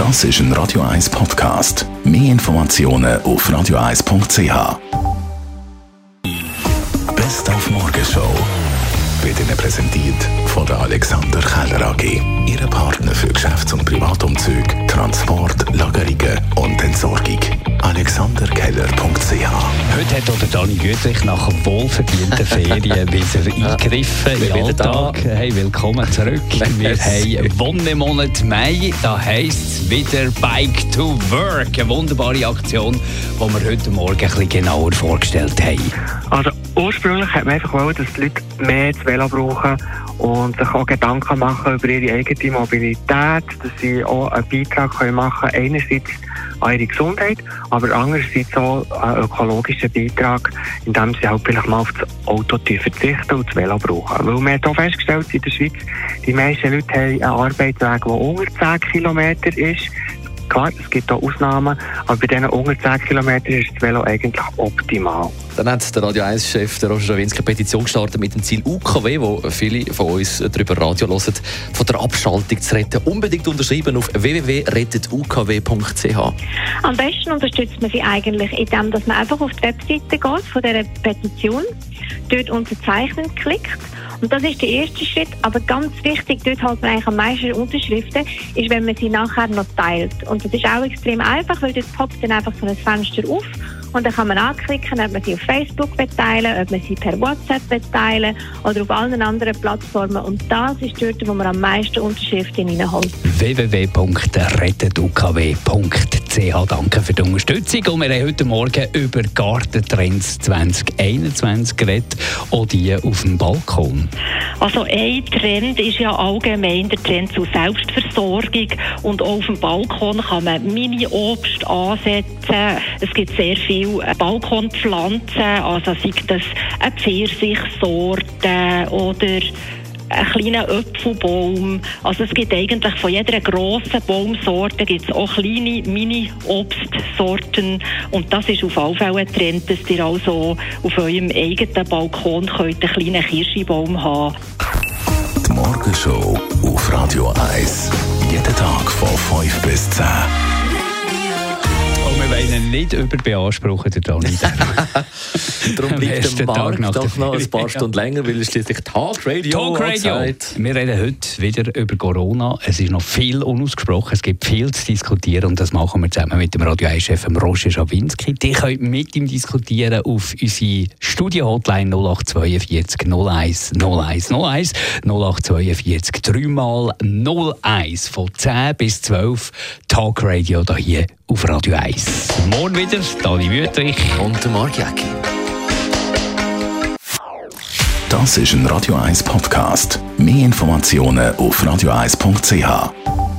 Das ist ein Radio 1 Podcast. Mehr Informationen auf radio1.ch. Best auf Morgenshow wird Ihnen präsentiert von der Alexander Keller AG. Ihre Partner für Geschäfts- und Privatumzüge, Transport, Lagerungen und Entsorgung. AlexanderKeller.ch. Heute hat auch der Dani Güterich nach wohlverdienten Ferien wieder eingegriffen in den Alltag. Hey, willkommen zurück. Wir haben Wonnemonat Mai. Da heisst es wieder Bike to Work. Eine wunderbare Aktion, die wir heute Morgen ein bisschen genauer vorgestellt haben. Also ursprünglich hat man einfach wollen, dass die Leute mehr das Velo brauchen und sich auch Gedanken machen über ihre eigene Mobilität, dass sie auch einen Beitrag machen können, einerseits an ihre Gesundheit, aber andererseits auch einen ökologischen Beitrag, indem sie halt vielleicht mal auf das Auto verzichten und das Velo brauchen. Weil man hat auch festgestellt, in der Schweiz, die meisten Leute haben einen Arbeitsweg, der unter 10 Kilometer ist. Klar, es gibt auch Ausnahmen, aber bei diesen unter 10 Kilometern ist das Velo eigentlich optimal. Dann hat der Radio 1-Chef Roger Schawinski eine Petition gestartet mit dem Ziel UKW, wo viele von uns darüber Radio hören, von der Abschaltung zu retten. Unbedingt unterschreiben auf www.rettetukw.ch. Am besten unterstützt man sie eigentlich, indem dass man einfach auf die Webseite geht von dieser Petition, dort unterzeichnen klickt. Und das ist der erste Schritt, aber ganz wichtig, dort hat man eigentlich am meisten Unterschriften, ist, wenn man sie nachher noch teilt. Und das ist auch extrem einfach, weil dort poppt dann einfach so ein Fenster auf und dann kann man anklicken, ob man sie auf Facebook teilen, ob man sie per WhatsApp teilen oder auf allen anderen Plattformen. Und das ist dort, wo man am meisten Unterschriften reinholt. www.rettetukw.ch. Danke für die Unterstützung. Und wir haben heute Morgen über Gartentrends 2021 geredet, auch die auf dem Balkon. Also ein Trend ist ja allgemein der Trend zur Selbstversorgung und auch auf dem Balkon kann man Mini-Obst ansetzen. Es gibt sehr viele Balkonpflanzen, also sei das eine Pfirsichsorte oder einen kleinen Apfelbaum. Also es gibt eigentlich von jeder grossen Baumsorte gibt es auch kleine Mini-Obstsorten und das ist auf jeden Fall ein Trend, dass ihr also auf eurem eigenen Balkon könnt einen kleinen Kirschbaum haben. Die Morgenshow auf Radio 1. Jeden Tag von 5 bis 10. Und wir wollen ihn nicht überbeanspruchen, der Dani. Darum bleibt der Markt doch noch ein paar Stunden länger, weil es schließlich Talkradio ist. Wir reden heute wieder über Corona. Es ist noch viel unausgesprochen, es gibt viel zu diskutieren und das machen wir zusammen mit dem Radio 1-Chef Roger Schawinski. Die könnt mit ihm diskutieren auf unsere Studio-Hotline 0842 01 01 01 0842 3x01 von 10 bis 12 Talkradio hier auf Radio 1. Morgen wieder, Dani Wüthrich und der Marc Jäcki. Das ist ein Radio 1 Podcast. Mehr Informationen auf radio1.ch.